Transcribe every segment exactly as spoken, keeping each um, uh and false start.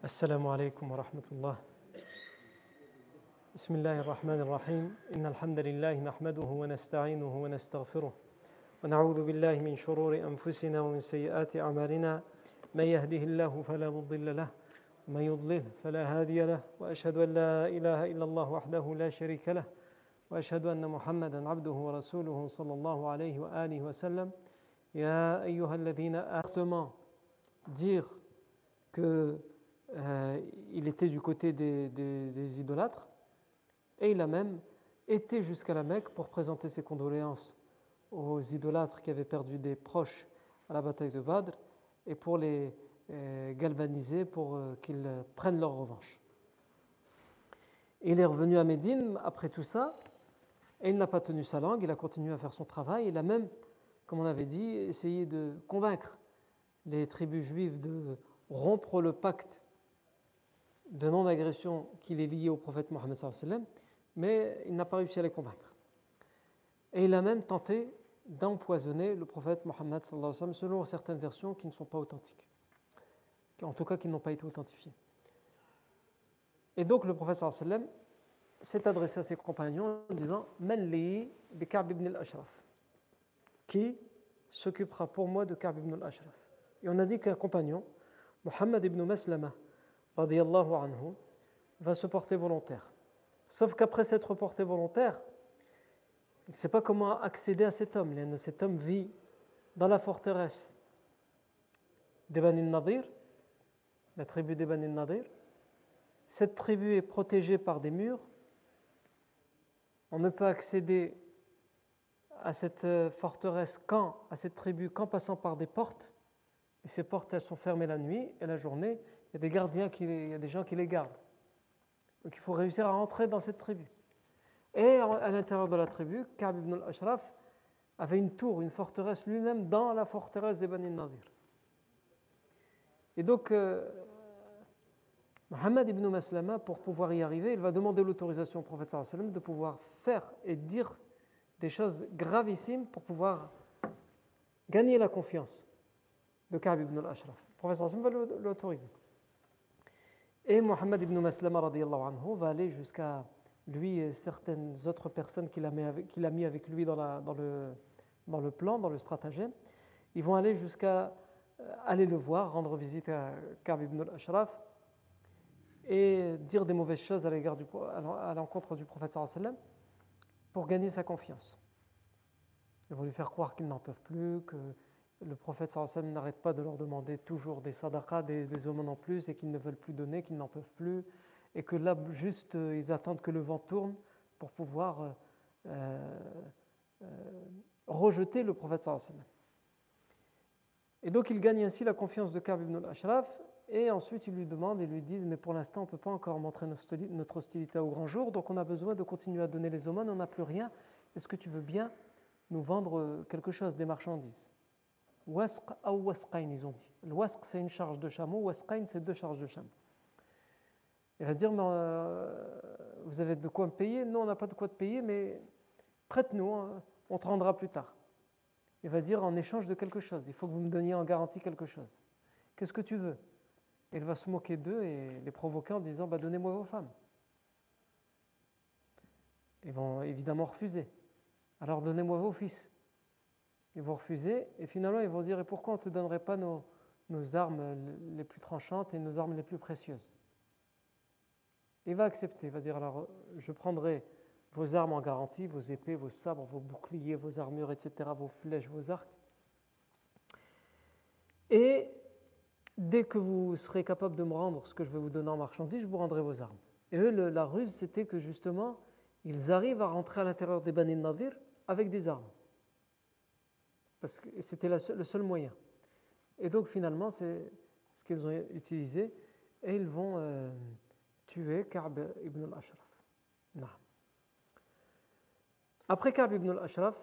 السلام عليكم ورحمة الله. بسم الله الرحمن الرحيم. إن الحمد لله نحمده ونستعينه ونستغفره ونعوذ بالله من شرور أنفسنا ومن سيئات أعمالنا. من يهده الله فلا مضل له ومن يضلل فلا هادي له وأشهد أن لا إله إلا الله وحده لا شريك له وأشهد أن محمدا عبده ورسوله صلى الله عليه وآله وسلم. يا أيها الذين آمنوا dire que Euh, il était du côté des, des, des idolâtres et il a même été jusqu'à la Mecque pour présenter ses condoléances aux idolâtres qui avaient perdu des proches à la bataille de Badr et pour les euh, galvaniser pour euh, qu'ils prennent leur revanche. Et il est revenu à Médine après tout ça et il n'a pas tenu sa langue, il a continué à faire son travail. Il a même, comme on avait dit, essayé de convaincre les tribus juives de rompre le pacte de non-agression qui les liait au prophète Mohammed sallallahu alayhi wa sallam, mais il n'a pas réussi à les convaincre. Et il a même tenté d'empoisonner le prophète Mohammed sallallahu alayhi wa sallam selon certaines versions qui ne sont pas authentiques, en tout cas qui n'ont pas été authentifiées. Et donc le prophète sallallahu alayhi wa sallam s'est adressé à ses compagnons en disant « Man li bi Ka'b ibn al-Ashraf » qui s'occupera pour moi de Ka'b ibn al-Ashraf. Et on a dit qu'un compagnon, Muhammad ibn Maslama, radiyallahu anhu, va se porter volontaire. Sauf qu'après s'être porté volontaire, il ne sait pas comment accéder à cet homme. Cet homme vit dans la forteresse des Bani Nadir, la tribu des Bani Nadir. Cette tribu est protégée par des murs. On ne peut accéder à cette forteresse qu'en, à cette tribu qu'en passant par des portes. Et ces portes, elles sont fermées la nuit et la journée. Il y a des gardiens, qui, il y a des gens qui les gardent. Donc il faut réussir à entrer dans cette tribu. Et à l'intérieur de la tribu, Ka'b ibn al-Ashraf avait une tour, une forteresse lui-même dans la forteresse des Bani Nadir. Et donc, euh, Muhammad ibn Maslama, pour pouvoir y arriver, il va demander l'autorisation au prophète sallallahu alayhi wa sallam de pouvoir faire et dire des choses gravissimes pour pouvoir gagner la confiance de Ka'b ibn al-Ashraf. Le prophète sallallahu alayhi wa sallam va l'autoriser. Et Muhammad ibn Maslama radiyallahu anhu va aller jusqu'à lui et certaines autres personnes qu'il a mis avec, qu'il a mis avec lui dans, la, dans, le, dans le plan, dans le stratagème. Ils vont aller jusqu'à aller le voir, rendre visite à Ka'b ibn al-Ashraf et dire des mauvaises choses à, l'égard du, à l'encontre du prophète sallallahu alayhi wa sallam pour gagner sa confiance. Ils vont lui faire croire qu'ils n'en peuvent plus, que le prophète sallallahu alayhi wa sallam n'arrête pas de leur demander toujours des sadaqas, des, des aumônes en plus, et qu'ils ne veulent plus donner, qu'ils n'en peuvent plus, et que là, juste, euh, ils attendent que le vent tourne pour pouvoir euh, euh, rejeter le prophète sallallahu alayhi wa sallam. Et donc, ils gagnent ainsi la confiance de Ka'b ibn al-Ashraf, et ensuite, ils lui demandent, ils lui disent, mais pour l'instant, on ne peut pas encore montrer notre hostilité au grand jour, donc on a besoin de continuer à donner les aumônes, on n'a plus rien. Est-ce que tu veux bien nous vendre quelque chose, des marchandises ? Wasq ou wasqain, ils ont dit. Le wasq, c'est une charge de chameau, wasqain, c'est deux charges de chameau. Il va dire, mais euh, vous avez de quoi me payer ? Non, on n'a pas de quoi te payer, mais prête-nous, hein, on te rendra plus tard. Il va dire, en échange de quelque chose, il faut que vous me donniez en garantie quelque chose. Qu'est-ce que tu veux ? Il va se moquer d'eux et les provoquer en disant, bah, donnez-moi vos femmes. Ils vont évidemment refuser. Alors donnez-moi vos fils. Ils vont refuser et finalement ils vont dire et pourquoi on ne te donnerait pas nos, nos armes les plus tranchantes et nos armes les plus précieuses ? Il va accepter, il va dire alors je prendrai vos armes en garantie, vos épées, vos sabres, vos boucliers, vos armures, et cetera, vos flèches, vos arcs. Et dès que vous serez capable de me rendre ce que je vais vous donner en marchandise, je vous rendrai vos armes. Et eux, le, la ruse, c'était que justement, ils arrivent à rentrer à l'intérieur des Bani Nadir avec des armes. Parce que c'était la seule, le seul moyen. Et donc finalement, c'est ce qu'ils ont utilisé, et ils vont euh, tuer Ka'b ibn al-Ashraf. Non. Après Ka'b ibn al-Ashraf,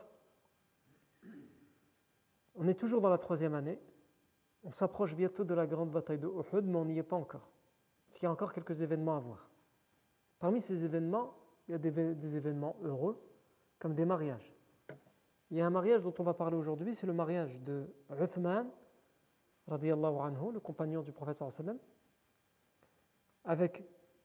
on est toujours dans la troisième année, on s'approche bientôt de la grande bataille de Uhud, mais on n'y est pas encore. Parce qu'il y a encore quelques événements à voir. Parmi ces événements, il y a des, des événements heureux, comme des mariages. Il y a un mariage dont on va parler aujourd'hui, c'est le mariage de Uthman, radiyallahu anhu, le compagnon du prophète sallallahu alayhi wa sallam, avec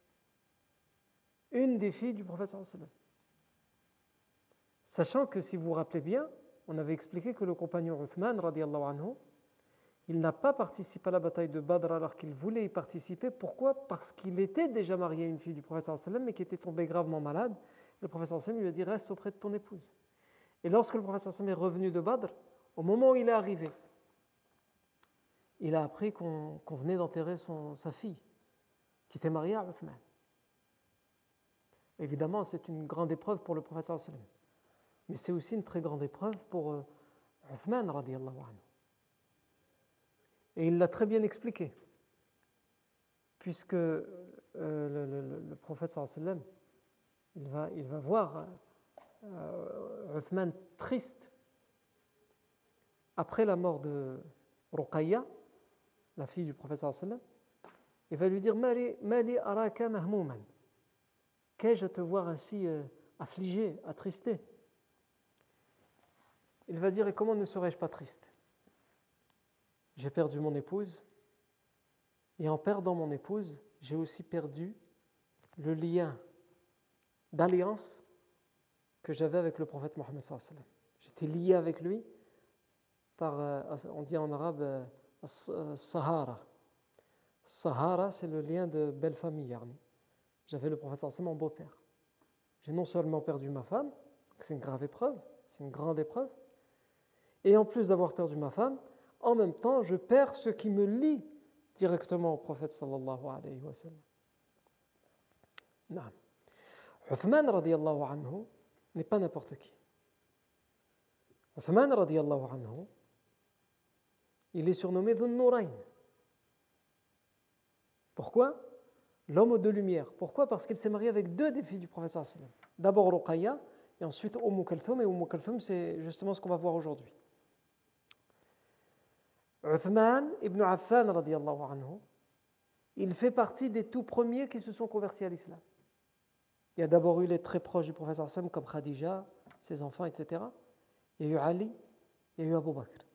une des filles du prophète sallallahu alayhi wa sallam. Sachant que, si vous vous rappelez bien, on avait expliqué que le compagnon Uthman, radiyallahu anhu, il n'a pas participé à la bataille de Badr alors qu'il voulait y participer. Pourquoi? Parce qu'il était déjà marié à une fille du prophète sallallahu alayhi wa sallam, mais qui était tombée gravement malade. Le prophète sallallahu alayhi wa sallam lui a dit: reste auprès de ton épouse. Et lorsque le prophète sallallahu alayhi wa sallam est revenu de Badr, au moment où il est arrivé, il a appris qu'on, qu'on venait d'enterrer son, sa fille, qui était mariée à Uthman. Évidemment, c'est une grande épreuve pour le prophète sallallahu alayhi wa sallam. Mais c'est aussi une très grande épreuve pour euh, Uthman radiyallahu anhu. Et il l'a très bien expliqué, puisque euh, le, le, le prophète sallallahu alayhi wa sallam, il va, il va voir euh, Uthman triste après la mort de Ruqayya, la fille du prophète sallallahu alayhi wa sallam. Il va lui dire: Mali, mali araka mahmouman. Qu'ai-je à te voir ainsi euh, affligé, attristé? Il va dire: et comment ne serais-je pas triste? J'ai perdu mon épouse, et en perdant mon épouse, j'ai aussi perdu le lien d'alliance que j'avais avec le prophète Mohammed sallallahu alayhi wa sallam. J'étais lié avec lui par, on dit en arabe, Sahara. Sahara, c'est le lien de belle famille. J'avais le prophète sallallahu alayhi wa sallam en beau-père. J'ai non seulement perdu ma femme, c'est une grave épreuve, c'est une grande épreuve, et en plus d'avoir perdu ma femme, en même temps, je perds ce qui me lie directement au prophète sallallahu alayhi wa sallam. Non. Uthman radiyallahu anhu n'est pas n'importe qui. Uthman radiyallahu anhu, il est surnommé Dhun Nurayn. Pourquoi? L'homme aux deux lumières. Pourquoi? Parce qu'il s'est marié avec deux des filles du prophète sallallahu alayhi wa sallam. D'abord Ruqayya et ensuite Umm Kulthum. Et Umm Kulthum, c'est justement ce qu'on va voir aujourd'hui. Uthman ibn Affan radiyallahu anhu, il fait partie des tout premiers qui se sont convertis à l'islam. Il y a d'abord eu les très proches du prophète sallallahu alayhi wa sallam comme Khadija, ses enfants, et cetera. Il y a eu Ali, il y a eu Abu Bakr.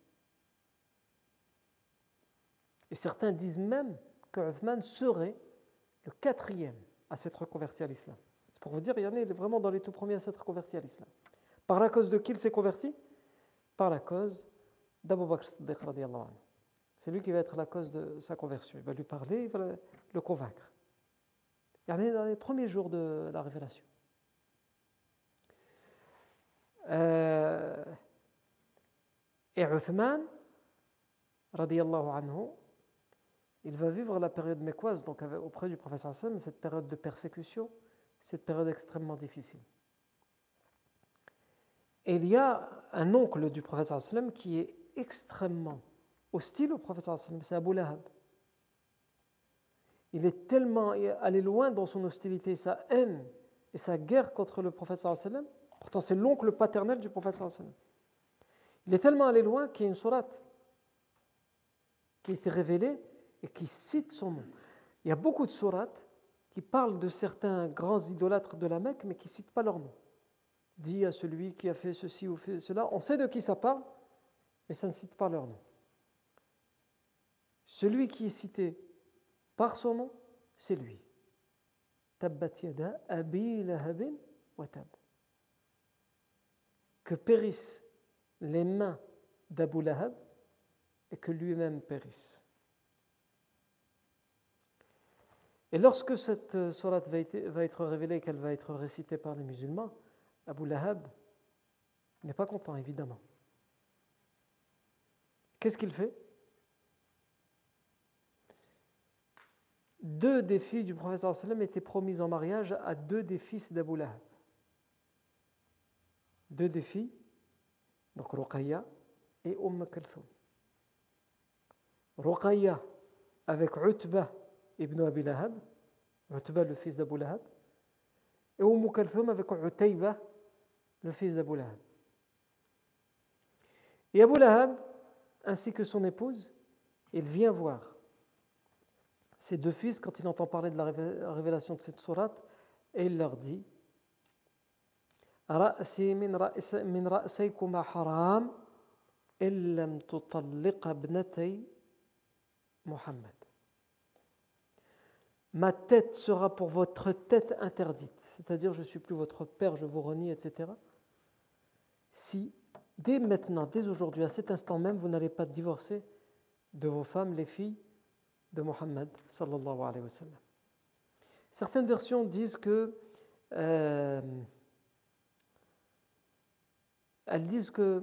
Et certains disent même que Uthman serait le quatrième à s'être converti à l'islam. C'est pour vous dire, il y en a vraiment dans les tout premiers à s'être converti à l'islam. Par la cause de qui il s'est converti? Par la cause d'Abu Bakr Siddiq radiyallahu anhu. C'est lui qui va être la cause de sa conversion. Il va lui parler, il va le convaincre. Il y en a dans les premiers jours de la révélation. Euh, et Uthman radiyallahu anhu, il va vivre la période mécoise, donc auprès du prophète sallallahu alayhi wa sallam, cette période de persécution, cette période extrêmement difficile. Et il y a un oncle du prophète sallallahu alayhi wa sallam qui est extrêmement hostile au prophète sallallahu alayhi wa sallam, c'est Abu Lahab. Il est tellement allé loin dans son hostilité, sa haine et sa guerre contre le prophète sallallahu alayhi wa sallam. Pourtant, c'est l'oncle paternel du prophète sallallahu alayhi wa sallam. Il est tellement allé loin qu'il y a une sourate qui a été révélée et qui cite son nom. Il y a beaucoup de sourates qui parlent de certains grands idolâtres de la Mecque, mais qui ne citent pas leur nom. Dit à celui qui a fait ceci ou fait cela, on sait de qui ça parle, mais ça ne cite pas leur nom. Celui qui est cité par son nom, c'est lui. Tabbat yada abi lahabin wa tab. Que périssent les mains d'Abu Lahab et que lui-même périsse. Et lorsque cette sourate va être, va être révélée et qu'elle va être récitée par les musulmans, Abu Lahab n'est pas content, évidemment. Qu'est-ce qu'il fait? Deux des filles du prophète sallallahu alayhi wa sallam étaient promises en mariage à deux des fils d'Abu Lahab. Deux des filles, donc Ruqayya et Umm Kulthum. Ruqayya avec Utbah ibn Abi Lahab, Utbah le fils d'Abu Lahab, et Umm Kulthum avec Utayba le fils d'Abu Lahab. Et Abu Lahab, ainsi que son épouse, il vient voir ses deux fils quand il entend parler de la révélation de cette sourate, et il leur dit: رأسي من رأس من رأسيكما حرام إن لم تطلق ابنتي محمد. ma tête sera pour votre tête interdite, c'est-à-dire je ne suis plus votre père, je vous renie, et cetera. Si dès maintenant, dès aujourd'hui, à cet instant même, vous n'allez pas divorcer de vos femmes, les filles de Mohammed sallallahu alayhi wa sallam. Certaines versions disent que euh, elles disent que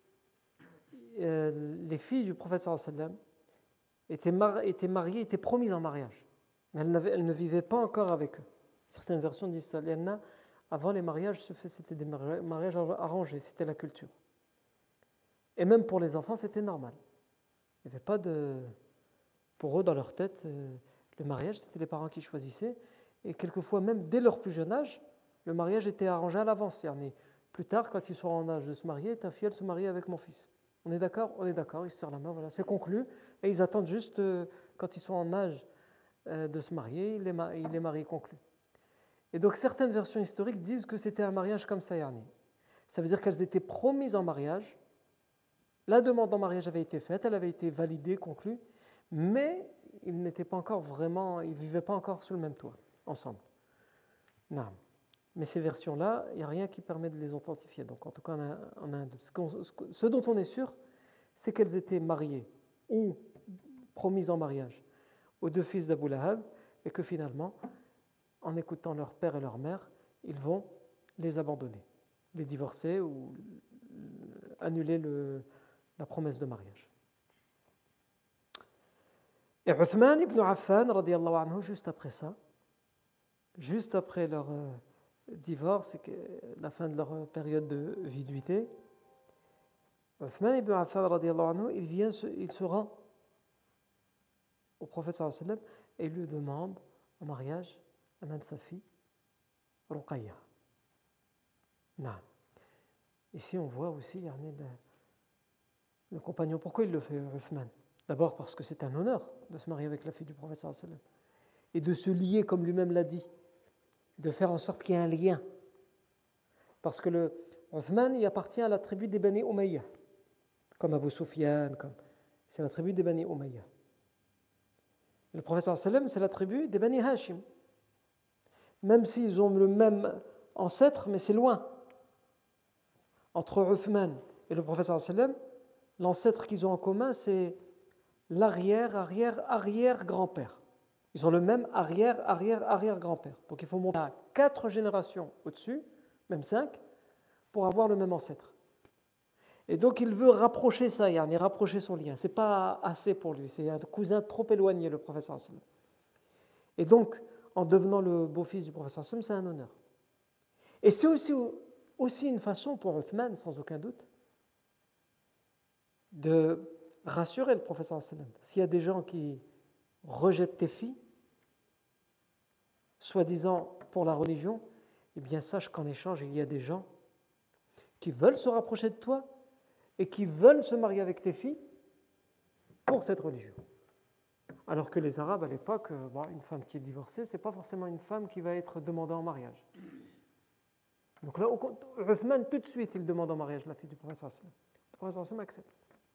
euh, les filles du prophète sallallahu alayhi wa sallam étaient, mar- étaient mariées, étaient promises en mariage, mais elles, elles ne vivaient pas encore avec eux. Certaines versions disent ça. Avant les mariages, c'était des mariages arrangés, c'était la culture. Et même pour les enfants, c'était normal. Il n'y avait pas de... Pour eux, dans leur tête, le mariage, c'était les parents qui choisissaient. Et quelquefois, même dès leur plus jeune âge, le mariage était arrangé à l'avance. Plus tard, quand ils seront en âge de se marier, ta fille, elle se marie avec mon fils. On est d'accord? On est d'accord, ils se serrent la main, voilà, c'est conclu. Et ils attendent juste, quand ils sont en âge de se marier, il les marie conclu. Et donc, certaines versions historiques disent que c'était un mariage comme ça, yani. Ça veut dire qu'elles étaient promises en mariage. La demande en mariage avait été faite, elle avait été validée, conclue, mais ils n'étaient pas encore vraiment, ils ne vivaient pas encore sous le même toit, ensemble. Non. Mais ces versions-là, il n'y a rien qui permet de les authentifier. Donc, en tout cas, on a, on a un doute. Ce, ce dont on est sûr, c'est qu'elles étaient mariées ou promises en mariage aux deux fils d'Abu Lahab, et que finalement, en écoutant leur père et leur mère, ils vont les abandonner, les divorcer ou annuler le, la promesse de mariage. Et Uthman ibn Affan, radiallahu anhu, juste après ça, juste après leur euh, divorce et la fin de leur période de viduité, Uthman ibn Affan, radiallahu anhu, il, vient, il se rend au prophète sallallahu alayhi wa sallam et il lui demande en mariage un de sa fille, Ruqayya. Non. Ici, on voit aussi le, le compagnon. Pourquoi il le fait, Uthman? D'abord parce que c'est un honneur de se marier avec la fille du prophète sallallahu alayhi wa sallam et de se lier, comme lui-même l'a dit, de faire en sorte qu'il y ait un lien. Parce que le Uthman, il appartient à la tribu des Bani Umayya, comme Abu Sufyan, comme... c'est la tribu des Bani Umayya. Le prophète sallallahu alayhi wa sallam, c'est la tribu des Bani Hashim. Même s'ils ont le même ancêtre, mais c'est loin. Entre Uthman et le prophète sallallahu alayhi wa sallam, l'ancêtre qu'ils ont en commun, c'est l'arrière, arrière, arrière grand-père. Ils ont le même arrière, arrière, arrière grand-père. Donc il faut monter à quatre générations au-dessus, même cinq, pour avoir le même ancêtre. Et donc il veut rapprocher ça, yani rapprocher son lien. Ce n'est pas assez pour lui, c'est un cousin trop éloigné, le prophète sallallahu alayhi wa sallam. Et donc, en devenant le beau-fils du prophète sallallahu alayhi wa sallam, c'est un honneur. Et c'est aussi, aussi une façon pour Uthman, sans aucun doute, de rassurer le prophète sallallahu alayhi wa sallam. S'il y a des gens qui rejettent tes filles, soi-disant pour la religion, eh bien sache qu'en échange, il y a des gens qui veulent se rapprocher de toi et qui veulent se marier avec tes filles pour cette religion. Alors que les Arabes, à l'époque, bon, une femme qui est divorcée, ce n'est pas forcément une femme qui va être demandée en mariage. Donc là, Uthman, tout de suite, il demande en mariage la fille du prophète sallallahu alayhi wa sallam. Le prophète sallallahu alayhi wa sallam accepte.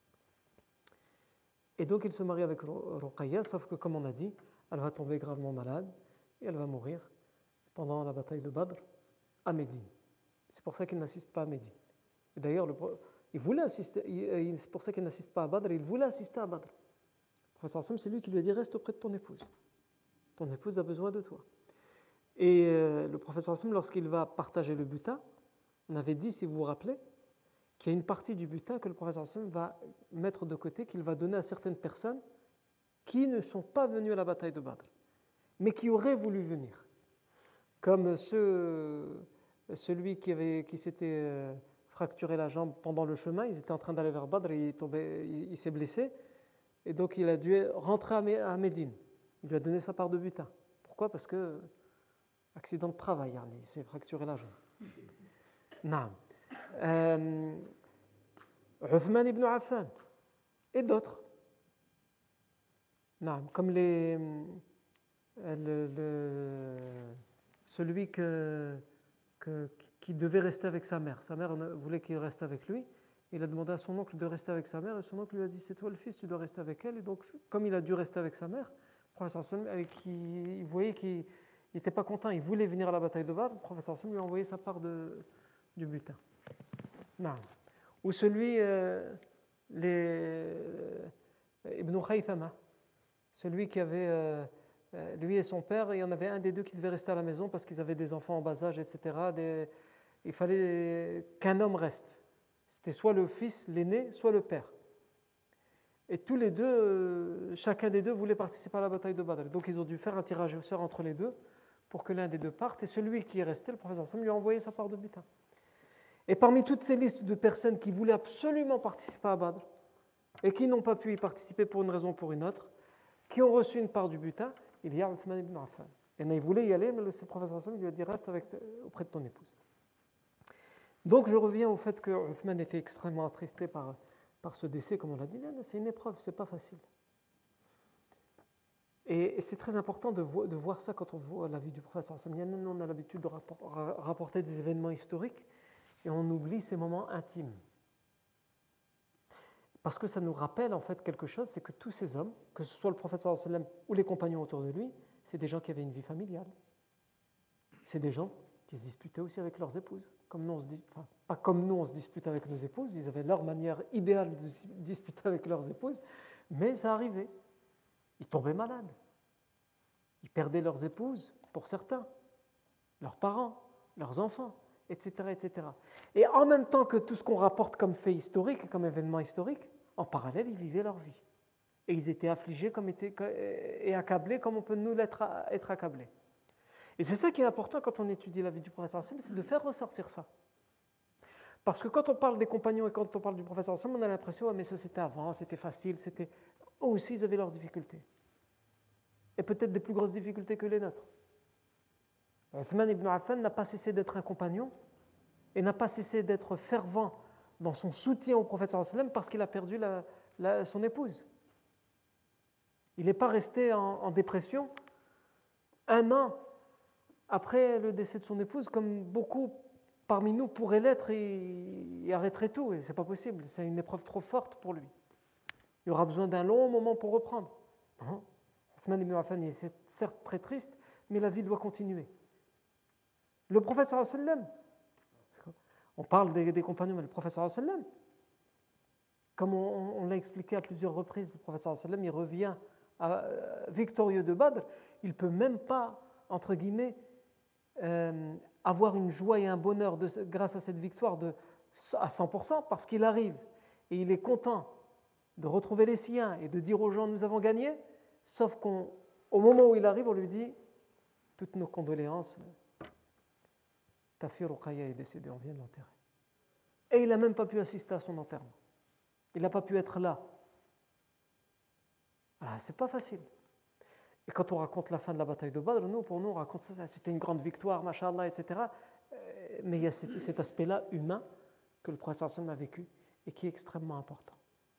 Et donc, il se marie avec Ruqayya, sauf que, comme on a dit, elle va tomber gravement malade et elle va mourir pendant la bataille de Badr à Médine. C'est pour ça qu'il n'assiste pas à Médine. Et d'ailleurs, le, il voulait assister, il, c'est pour ça qu'il n'assiste pas à Badr, il voulait assister à Badr. Le prophète sallallahu alayhi wa sallam, c'est lui qui lui a dit « Reste auprès de ton épouse. Ton épouse a besoin de toi. » Et euh, le prophète sallallahu alayhi wa sallam, lorsqu'il va partager le butin, on avait dit, si vous vous rappelez, qu'il y a une partie du butin que le prophète sallallahu alayhi wa sallam va mettre de côté, qu'il va donner à certaines personnes qui ne sont pas venues à la bataille de Badr, mais qui auraient voulu venir. Comme ceux, celui qui, avait, qui s'était fracturé la jambe pendant le chemin, ils étaient en train d'aller vers Badr et il, tombait, il, il s'est blessé, et donc il a dû rentrer à Médine. Il lui a donné sa part de butin. Pourquoi? Parce que accident de travail, yani, il s'est fracturé la jambe. Non. Euh, Uthman ibn Affan et d'autres. Non, comme les, le, le, celui que, que, qui devait rester avec sa mère. Sa mère voulait qu'il reste avec lui. Il a demandé à son oncle de rester avec sa mère et son oncle lui a dit « C'est toi le fils, tu dois rester avec elle. » Et donc, comme il a dû rester avec sa mère, le professeur sallam, qui, il voyait qu'il n'était pas content, il voulait venir à la bataille de Badr, le professeur sallam lui a envoyé sa part de, du butin. Non. Ou celui, euh, les, Ibn Khaythama, celui qui avait, euh, lui et son père, il y en avait un des deux qui devait rester à la maison parce qu'ils avaient des enfants en bas âge, et cetera. Des, il fallait qu'un homme reste. C'était soit le fils, l'aîné, soit le père. Et tous les deux, chacun des deux voulait participer à la bataille de Badr. Donc ils ont dû faire un tirage au sort entre les deux pour que l'un des deux parte. Et celui qui est resté, le professeur Sam, lui a envoyé sa part de butin. Et parmi toutes ces listes de personnes qui voulaient absolument participer à Badr et qui n'ont pas pu y participer pour une raison ou pour une autre, qui ont reçu une part du butin, il y a Uthman ibn Affan. Et il voulait y aller, mais le professeur Sam lui a dit reste avec, auprès de ton épouse. Donc je reviens au fait que Uthman était extrêmement attristé par par ce décès, comme on l'a dit, c'est une épreuve, c'est pas facile. Et, et c'est très important de, vo- de voir ça quand on voit la vie du professeur Samyan. Nous, on a l'habitude de rapport, rapporter des événements historiques et on oublie ces moments intimes. Parce que ça nous rappelle en fait quelque chose, c'est que tous ces hommes, que ce soit le professeur sallam ou les compagnons autour de lui, c'est des gens qui avaient une vie familiale. C'est des gens qui se disputaient aussi avec leurs épouses. Comme nous, on se dit, enfin, pas comme nous, on se dispute avec nos épouses, ils avaient leur manière idéale de se disputer avec leurs épouses, mais ça arrivait. Ils tombaient malades. Ils perdaient leurs épouses, pour certains, leurs parents, leurs enfants, et cetera, et cetera. Et en même temps que tout ce qu'on rapporte comme fait historique, comme événement historique, en parallèle, ils vivaient leur vie. Et ils étaient affligés comme étaient, et accablés comme on peut nous l'être, être accablés. Et c'est ça qui est important quand on étudie la vie du professeur Hassan, c'est de faire ressortir ça. Parce que quand on parle des compagnons et quand on parle du professeur Hassan, on a l'impression, oh, mais ça c'était avant, c'était facile, c'était... Eux aussi, ils avaient leurs difficultés. Et peut-être des plus grosses difficultés que les nôtres. Uthman ibn Affan n'a pas cessé d'être un compagnon et n'a pas cessé d'être fervent dans son soutien au professeur Hassan parce qu'il a perdu la, la, son épouse. Il n'est pas resté en, en dépression un an après le décès de son épouse, comme beaucoup parmi nous pourraient l'être et, et arrêteraient tout. Et ce n'est pas possible, c'est une épreuve trop forte pour lui. Il aura besoin d'un long moment pour reprendre. Non. Uthman ibn Affan est certes très triste, mais la vie doit continuer. Le prophète sallallahu alayhi wa sallam, on parle des, des compagnons, mais le prophète sallallahu alayhi wa sallam, comme on, on l'a expliqué à plusieurs reprises, le prophète sallallahu alayhi wa sallam, il revient à, à, victorieux de Badr, il ne peut même pas, entre guillemets, Euh, avoir une joie et un bonheur de, grâce à cette victoire de, à cent pour cent parce qu'il arrive et il est content de retrouver les siens et de dire aux gens nous avons gagné, sauf qu'au moment où il arrive on lui dit toutes nos condoléances, ta fille Ruqayya est décédée, on vient de l'enterrer. Et il n'a même pas pu assister à son enterrement, il n'a pas pu être là. Alors, c'est pas facile. Et quand on raconte la fin de la bataille de Badr, nous, pour nous, on raconte ça, c'était une grande victoire, machallah, et cetera. Mais il y a cet, cet aspect-là humain que le prophète sallam a vécu et qui est extrêmement important.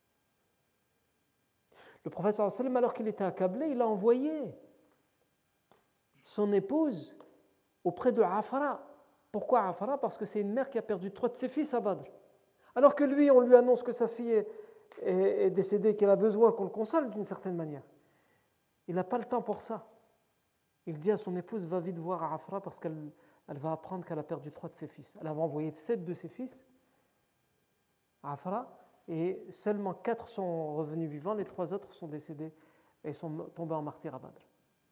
Le prophète sallam, alors qu'il était accablé, il a envoyé son épouse auprès de Afra. Pourquoi Afra? Parce que c'est une mère qui a perdu trois de ses fils à Badr. Alors que lui, on lui annonce que sa fille est, est, est décédée, qu'elle a besoin qu'on le console d'une certaine manière. Il n'a pas le temps pour ça. Il dit à son épouse, va vite voir Afra parce qu'elle elle va apprendre qu'elle a perdu trois de ses fils. Elle avait envoyé sept de ses fils à Afra et seulement quatre sont revenus vivants, les trois autres sont décédés et sont tombés en martyrs à Badr.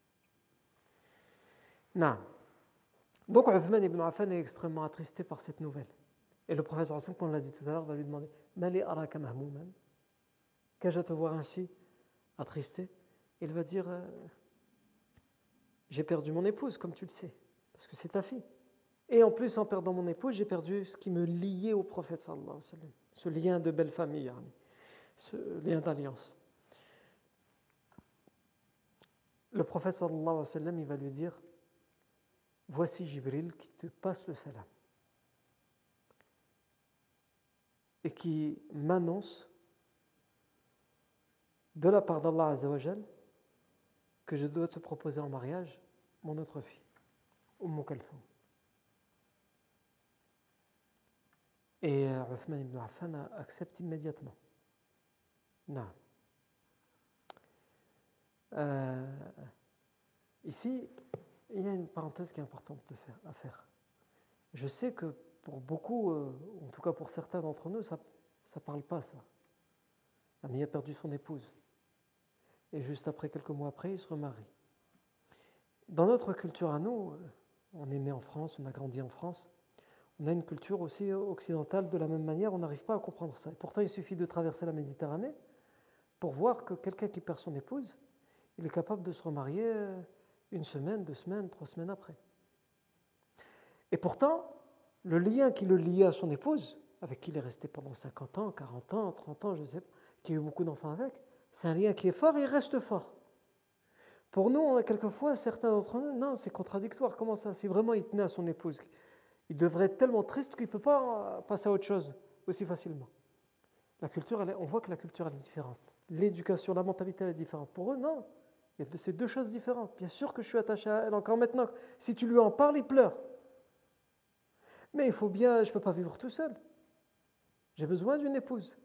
Non. Donc Uthman ibn Affan est extrêmement attristé par cette nouvelle. Et le professeur Hassan, comme on l'a dit tout à l'heure, va lui demander, Mali araka mahmouman, qu'ai-je à te voir ainsi attristé? Il va dire euh, j'ai perdu mon épouse, comme tu le sais, parce que c'est ta fille. Et en plus, en perdant mon épouse, j'ai perdu ce qui me liait au prophète sallallahu alayhi wa sallam, ce lien de belle famille, ce lien d'alliance. Le prophète sallallahu alayhi wa sallam, il va lui dire voici Jibril qui te passe le salam et qui m'annonce de la part d'Allah azza wa jal que je dois te proposer en mariage mon autre fille, Umm Kalthoum. Et Uthman ibn Affan accepte immédiatement. Non. Euh, ici, il y a une parenthèse qui est importante de faire, à faire. Je sais que pour beaucoup, euh, en tout cas pour certains d'entre nous, ça ne parle pas ça. Il a perdu son épouse. Et juste après, quelques mois après, il se remarie. Dans notre culture à nous, on est né en France, on a grandi en France, on a une culture aussi occidentale de la même manière, on n'arrive pas à comprendre ça. Et pourtant, il suffit de traverser la Méditerranée pour voir que quelqu'un qui perd son épouse, il est capable de se remarier une semaine, deux semaines, trois semaines après. Et pourtant, le lien qui le liait à son épouse, avec qui il est resté pendant cinquante ans, quarante ans, trente ans, je ne sais pas, qui a eu beaucoup d'enfants avec, c'est un lien qui est fort et il reste fort. Pour nous, on a quelquefois, certains d'entre nous, non, c'est contradictoire. Comment ça? Si vraiment il tenait à son épouse, il devrait être tellement triste qu'il ne peut pas passer à autre chose aussi facilement. La culture, elle est, on voit que la culture elle est différente. L'éducation, la mentalité elle est différente. Pour eux, non. Il y a ces deux choses différentes. Bien sûr que je suis attaché à elle encore maintenant. Si tu lui en parles, il pleure. Mais il faut bien, je ne peux pas vivre tout seul. J'ai besoin d'une épouse.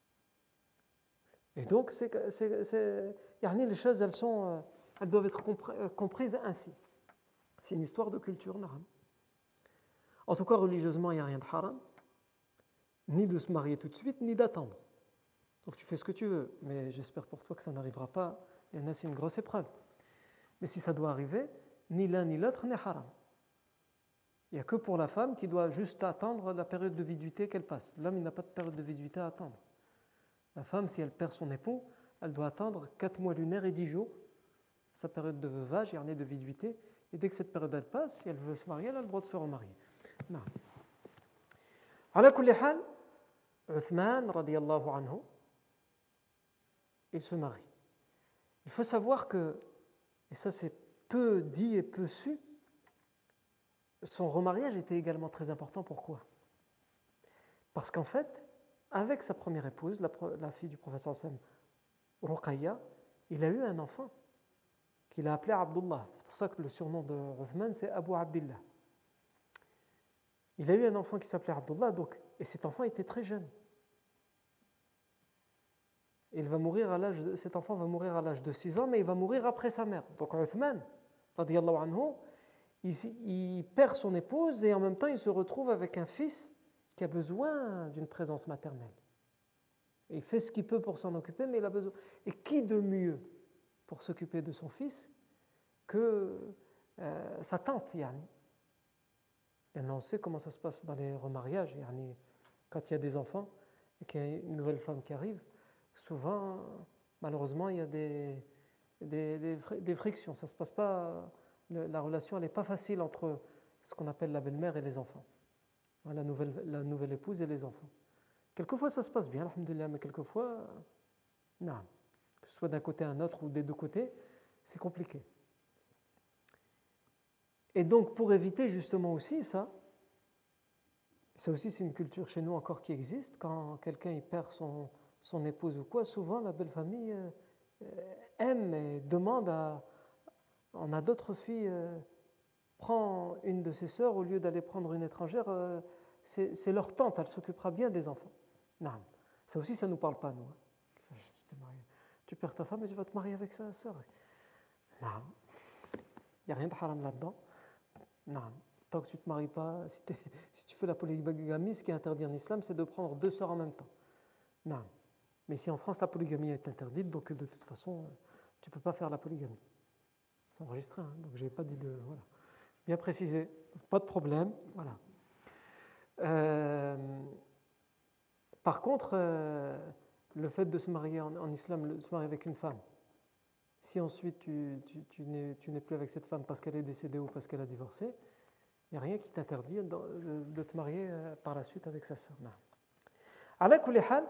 Et donc, c'est, c'est, c'est, les choses, elles, sont, elles doivent être comprises ainsi. C'est une histoire de culture, naram. En tout cas, religieusement, il n'y a rien de haram, ni de se marier tout de suite, ni d'attendre. Donc tu fais ce que tu veux, mais j'espère pour toi que ça n'arrivera pas. Il y en a, c'est une grosse épreuve. Mais si ça doit arriver, ni l'un ni l'autre n'est haram. Il n'y a que pour la femme qui doit juste attendre la période de viduité qu'elle passe. L'homme, il n'a pas de période de viduité à attendre. La femme, si elle perd son époux, elle doit attendre quatre mois lunaires et dix jours, sa période de veuvage, il y en a de viduité. Et dès que cette période elle passe, si elle veut se marier, elle a le droit de se remarier. Non. Ala kulli hal, Uthman, radiyallahu anhu, il se marie. Il faut savoir que, et ça c'est peu dit et peu su, son remariage était également très important. Pourquoi? Parce qu'en fait, avec sa première épouse, la, la fille du professeur Sam, Ruqayya, il a eu un enfant qu'il a appelé Abdullah. C'est pour ça que le surnom de Uthman, c'est Abu Abdillah. Il a eu un enfant qui s'appelait Abdullah, donc, et cet enfant était très jeune. Il va mourir à l'âge de, cet enfant va mourir à l'âge de six ans, mais il va mourir après sa mère. Donc Uthman, radiyallahu anhu, il, il perd son épouse et en même temps il se retrouve avec un fils qui a besoin d'une présence maternelle. Et il fait ce qu'il peut pour s'en occuper, mais il a besoin. Et qui de mieux pour s'occuper de son fils que euh, sa tante, yani. Et on sait comment ça se passe dans les remariages, yani, quand il y a des enfants et qu'il y a une nouvelle femme qui arrive, souvent, malheureusement, il y a des, des, des, des frictions. Ça se passe pas, la relation elle n'est pas facile entre ce qu'on appelle la belle-mère et les enfants, la nouvelle, la nouvelle épouse et les enfants. Quelquefois ça se passe bien, alhamdoulilah, mais quelquefois, non. Que ce soit d'un côté à un autre ou des deux côtés, c'est compliqué. Et donc pour éviter justement aussi ça, ça aussi c'est une culture chez nous encore qui existe, quand quelqu'un il perd son, son épouse ou quoi, souvent la belle famille euh, aime et demande à, on a d'autres filles, euh, prend une de ses sœurs au lieu d'aller prendre une étrangère, euh, c'est, c'est leur tante, elle s'occupera bien des enfants. Non, ça aussi ça ne nous parle pas nous. Hein. Tu perds ta femme et tu vas te marier avec sa sœur. Non, il n'y a rien de haram là-dedans. Non, tant que tu ne te maries pas, si, si tu fais la polygamie, ce qui est interdit en islam, c'est de prendre deux sœurs en même temps. Non, mais ici en France, la polygamie est interdite, donc de toute façon, tu ne peux pas faire la polygamie. C'est enregistré, hein, donc je n'ai pas dit de... Voilà. Bien précisé, pas de problème, voilà. Euh, par contre, euh, le fait de se marier en, en islam, de se marier avec une femme, si ensuite tu, tu, tu, n'es, tu n'es plus avec cette femme parce qu'elle est décédée ou parce qu'elle a divorcé, il n'y a rien qui t'interdit de, de, de te marier euh, par la suite avec sa sœur. Ala kulli hal,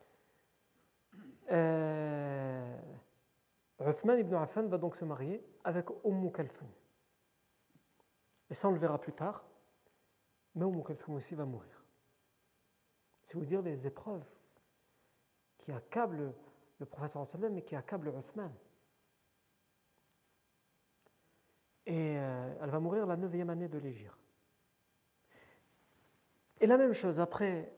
euh, Uthman ibn Affan va donc se marier avec Umm Kalthoum. Et ça on le verra plus tard, mais Umm Kalthoum aussi va mourir. C'est vous dire les épreuves qui accablent le prophète sallam et qui accablent Uthman. Et euh, elle va mourir la neuvième année de l'Hégire. Et la même chose, après,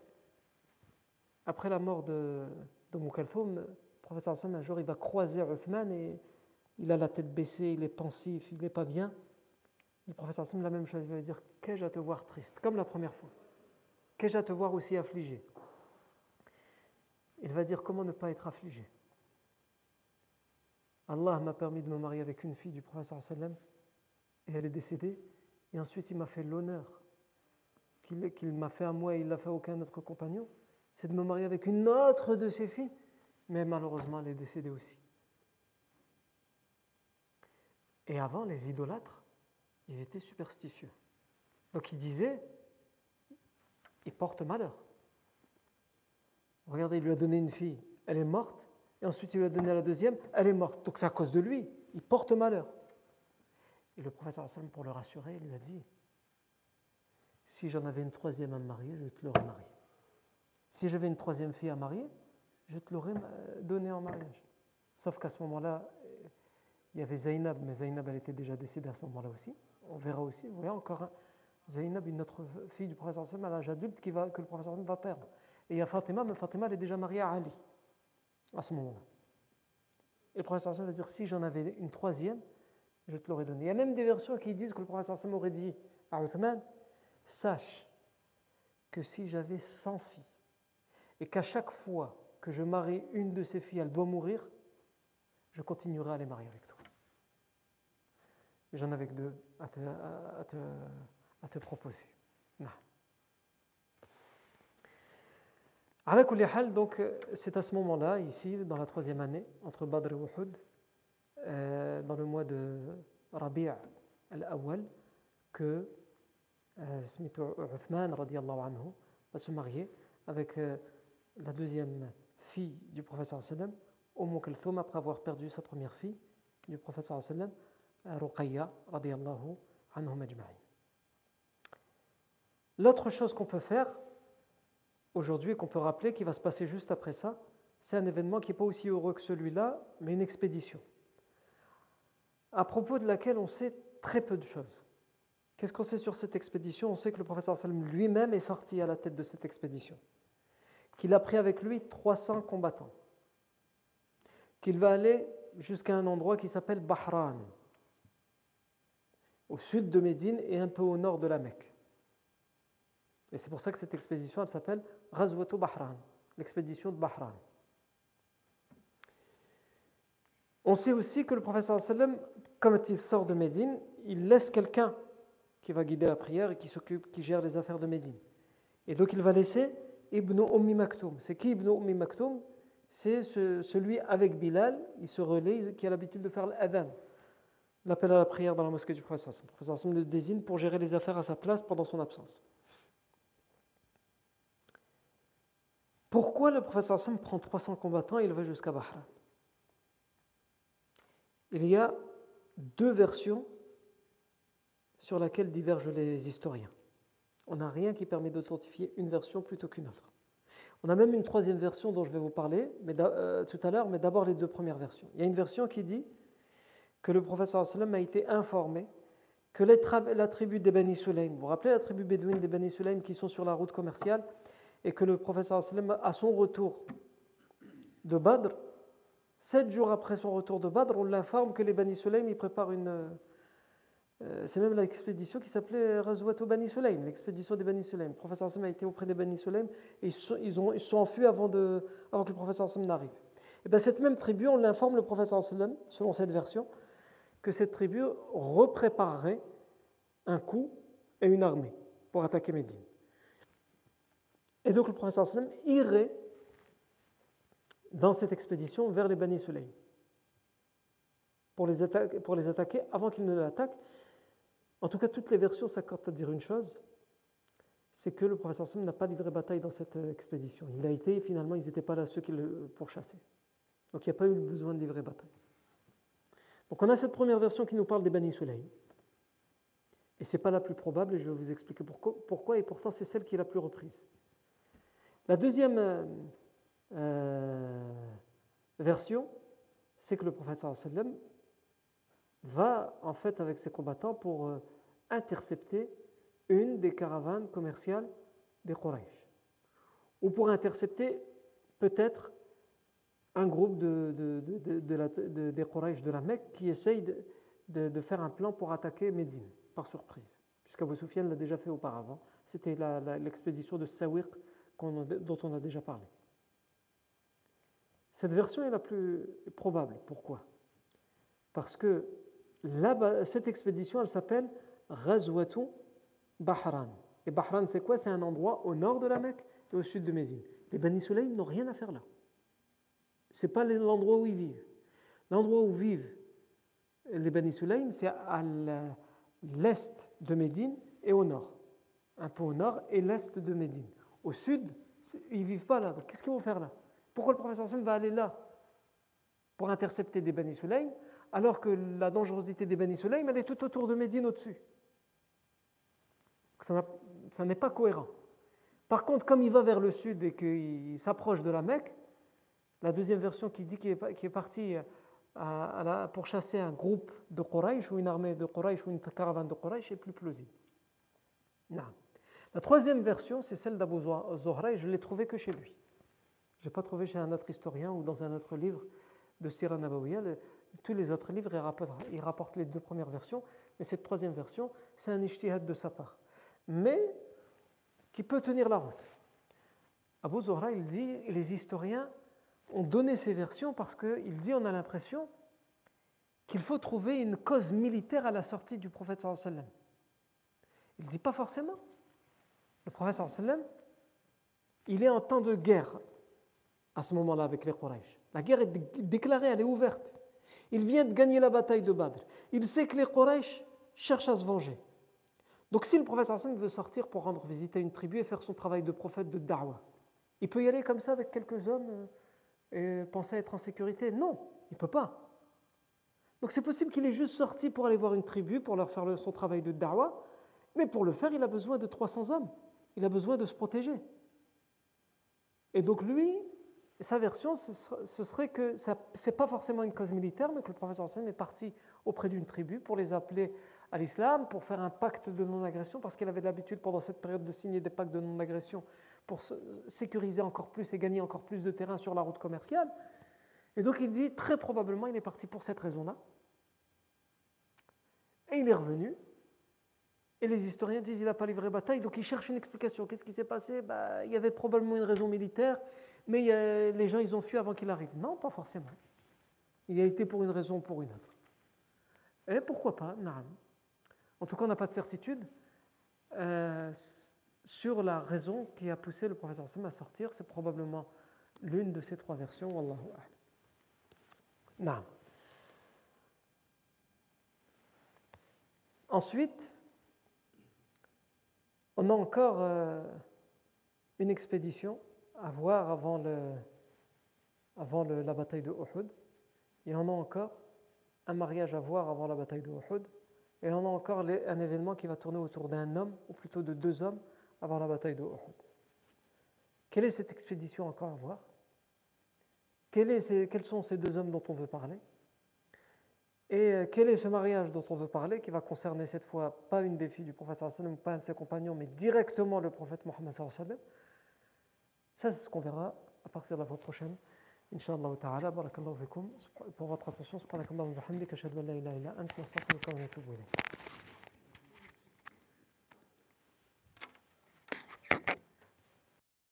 après la mort de, de Umm Kalthoum, le prophète sallam un jour il va croiser Uthman et il a la tête baissée, il est pensif, il n'est pas bien. Le prophète sallam, la même chose, il va dire « Qu'ai-je à te voir triste ?» Comme la première fois. « Qu'ai-je à te voir aussi affligé ?» Il va dire « Comment ne pas être affligé ?» Allah m'a permis de me marier avec une fille du prophète sallam et elle est décédée. Et ensuite, il m'a fait l'honneur qu'il, qu'il m'a fait à moi et il l'a fait à aucun autre compagnon. C'est de me marier avec une autre de ses filles, mais malheureusement, elle est décédée aussi. Et avant, les idolâtres, ils étaient superstitieux. Donc, ils disaient, ils portent malheur. Regardez, il lui a donné une fille, elle est morte, et ensuite il lui a donné la deuxième, elle est morte. Donc, c'est à cause de lui, il porte malheur. Et le prophète sallallahu alayhi wa sallam, pour le rassurer, il lui a dit, si j'en avais une troisième à me marier, je te l'aurais mariée. Si j'avais une troisième fille à marier, je te l'aurais donnée en mariage. Sauf qu'à ce moment-là, il y avait Zaynab, mais Zaynab, elle était déjà décédée à ce moment-là aussi. On verra aussi, vous voyez, encore un, Zaynab, une autre fille du prophète sallallahu alayhi wa sallam, à l'âge adulte qui va, que le prophète sallallahu alayhi wa sallam va perdre. Et il y a Fatima, mais Fatima, elle est déjà mariée à Ali, à ce moment-là. Et le prophète sallallahu alayhi wa sallam va dire, si j'en avais une troisième, je te l'aurais donnée. Il y a même des versions qui disent que le prophète sallallahu alayhi wa sallam aurait dit à Uthman, sache que si j'avais cent filles, et qu'à chaque fois que je marie une de ces filles, elle doit mourir, je continuerai à les marier avec toi. J'en avais que deux à te, à, à te, à te proposer. Non. Ala kulli hal, donc c'est à ce moment-là, ici, dans la troisième année, entre Badr et Uhud, euh, dans le mois de Rabi' al-Awwal, que euh, Uthman radiyallahu anhu va se marier avec euh, la deuxième fille du prophète sallallahu alayhi wa sallam, Umm Kulthum, après avoir perdu sa première fille du prophète sallallahu alayhi wa sallam, Ruqayya radiyallahu anhum ajma'in. L'autre chose qu'on peut faire aujourd'hui et qu'on peut rappeler, qui va se passer juste après ça, c'est un événement qui n'est pas aussi heureux que celui-là, mais une expédition, à propos de laquelle on sait très peu de choses. Qu'est-ce qu'on sait sur cette expédition? On sait que le prophète sallallahu alayhi wa sallam lui-même est sorti à la tête de cette expédition, qu'il a pris avec lui trois cents combattants, qu'il va aller jusqu'à un endroit qui s'appelle Bahran, au sud de Médine et un peu au nord de la Mecque. Et c'est pour ça que cette expédition, elle s'appelle Ghazwatu Bahran, l'expédition de Bahran. On sait aussi que le prophète sallallahu alayhi wa sallam, quand il sort de Médine, il laisse quelqu'un qui va guider la prière et qui s'occupe, qui gère les affaires de Médine. Et donc il va laisser Ibn Ummi Maktoum. C'est qui Ibn Ummi Maktoum? C'est ce, celui avec Bilal, il se relaie, qui a l'habitude de faire l'adhan, l'appel à la prière dans la mosquée du prophète sallallahu alayhi wa sallam. Le prophète sallallahu alayhi wa sallam le désigne pour gérer les affaires à sa place pendant son absence. Pourquoi le prophète sallallahu alayhi wa sallam prend trois cents combattants et il va jusqu'à Bahran? Il y a deux versions sur lesquelles divergent les historiens. On n'a rien qui permet d'authentifier une version plutôt qu'une autre. On a même une troisième version dont je vais vous parler mais euh, tout à l'heure, mais d'abord les deux premières versions. Il y a une version qui dit que le prophète sallallahu alayhi wa sallam a été informé que la tribu des Bani Sulaym, vous vous rappelez la tribu bédouine des Bani Sulaym qui sont sur la route commerciale, et que le prophète sallallahu alayhi wa sallam, à son retour de Badr, sept jours après son retour de Badr, on l'informe que les Bani Sulaym, ils préparent une... Euh, c'est même l'expédition qui s'appelait Ghazwatu Bani Sulaym, l'expédition des Bani Sulaym. Le prophète sallallahu alayhi wa sallam a été auprès des Bani Sulaym et ils sont, ils ont, ils sont enfuis avant, de, avant que le prophète sallallahu alayhi wa sallam n'arrive. Et bien cette même tribu, on l'informe, le prophète sallallahu alayhi wa sallam, selon cette version, que cette tribu repréparerait un coup et une armée pour attaquer Médine. Et donc le prophète sallallahu alayhi wa sallam irait dans cette expédition vers les Bani Sulaym pour les, atta- pour les attaquer avant qu'ils ne l'attaquent. En tout cas, toutes les versions s'accordent à dire une chose, c'est que le prophète sallallahu alayhi wa sallam n'a pas livré bataille dans cette expédition. Il a été, finalement, ils n'étaient pas là ceux qui le pourchassaient. Donc il n'y a pas eu besoin de livrer bataille. Donc on a cette première version qui nous parle des Bani Sulaym. Et ce n'est pas la plus probable, et je vais vous expliquer pourquoi, pourquoi et pourtant c'est celle qui est la plus reprise. La deuxième euh, version, c'est que le prophète sallallahu alayhi wa sallam va en fait avec ses combattants pour euh, intercepter une des caravanes commerciales des Quraysh, ou pour intercepter peut-être un groupe de, de, de, de, de la, de, des Quraysh de la Mecque qui essaye de, de, de faire un plan pour attaquer Médine, par surprise. Puisqu'Abu Sufyan l'a déjà fait auparavant. C'était la, la, l'expédition de Sawiq qu'on, dont on a déjà parlé. Cette version est la plus probable. Pourquoi? Parce que là, cette expédition, elle s'appelle Ghazwatu Bahran. Et Bahran, c'est quoi? C'est un endroit au nord de la Mecque et au sud de Médine. Les Bani Sulaym n'ont rien à faire là. Ce n'est pas l'endroit où ils vivent. L'endroit où vivent les Bani Sulaym, c'est à l'est de Médine et au nord. Un peu au nord et l'est de Médine. Au sud, ils ne vivent pas là. Donc, qu'est-ce qu'ils vont faire là? Pourquoi le prophète sallam va aller là pour intercepter des Bani Sulaym, alors que la dangerosité des Bani Sulaym, elle est tout autour de Médine au-dessus? Ça, ça n'est pas cohérent. Par contre, comme il va vers le sud et qu'il s'approche de la Mecque, la deuxième version qui dit qu'il est, qu'il est parti à, à la, pour chasser un groupe de Quraysh ou une armée de Quraysh ou une caravane de Quraysh est plus plausible. Non. La troisième version, c'est celle d'Abu Zuhra et je ne l'ai trouvée que chez lui. Je n'ai pas trouvé chez un autre historien ou dans un autre livre de Sira Nabawiyya. Le, tous les autres livres, ils rapportent, ils rapportent les deux premières versions, mais cette troisième version, c'est un ijtihad de sa part. Mais qui peut tenir la route. Abu Zuhra, il dit, et les historiens ont donné ces versions parce qu'il dit, on a l'impression qu'il faut trouver une cause militaire à la sortie du prophète sallallahu alayhi wa sallam. Il ne dit pas forcément. Le prophète sallallahu alayhi wa sallam, il est en temps de guerre à ce moment-là avec les Quraysh. La guerre est déclarée, elle est ouverte. Il vient de gagner la bataille de Badr. Il sait que les Quraysh cherchent à se venger. Donc si le prophète sallallahu alayhi wa sallam veut sortir pour rendre visite à une tribu et faire son travail de prophète de da'wah, il peut y aller comme ça avec quelques hommes et penser être en sécurité? Non, il ne peut pas. Donc c'est possible qu'il est juste sorti pour aller voir une tribu, pour leur faire son travail de da'wah, mais pour le faire, il a besoin de trois cents hommes. Il a besoin de se protéger. Et donc lui, sa version, ce serait que ce n'est pas forcément une cause militaire, mais que le prophète sallallahu alayhi wa sallam est parti auprès d'une tribu pour les appeler à l'islam, pour faire un pacte de non-agression, parce qu'il avait l'habitude pendant cette période de signer des pactes de non-agression pour sécuriser encore plus et gagner encore plus de terrain sur la route commerciale. Et donc il dit, très probablement, il est parti pour cette raison-là. Et il est revenu. Et les historiens disent qu'il n'a pas livré bataille, donc ils cherchent une explication. Qu'est-ce qui s'est passé? Bah, il y avait probablement une raison militaire, mais il y a, les gens ils ont fui avant qu'il arrive. Non, pas forcément. Il a été pour une raison ou pour une autre. Et pourquoi pas? Naam. En tout cas, on n'a pas de certitude euh, sur la raison qui a poussé le professeur Sam à sortir. C'est probablement l'une de ces trois versions. Wallahu a'lam. Naam. Ensuite, on a encore euh, une expédition à voir avant, le, avant le, la bataille de Uhud. Et on a encore un mariage à voir avant la bataille de Uhud. Et on a encore les, un événement qui va tourner autour d'un homme, ou plutôt de deux hommes, avant la bataille de Uhud. Quelle est cette expédition encore à voir? Quel est ces, Quels sont ces deux hommes dont on veut parler? Et quel est ce mariage dont on veut parler, qui va concerner cette fois pas une des filles du prophète sallallahu alayhi wa sallam, pas un de ses compagnons, mais directement le prophète Mohammed sallallahu alayhi wa sallam? Ça, c'est ce qu'on verra à partir de la fois prochaine. Inch'Allah ta'ala, barakallahu fikum, pour votre attention, subhanakallahu wa bihamdika, ashhadu an la ilaha illa anta, astaghfiruka wa atubu ilayk.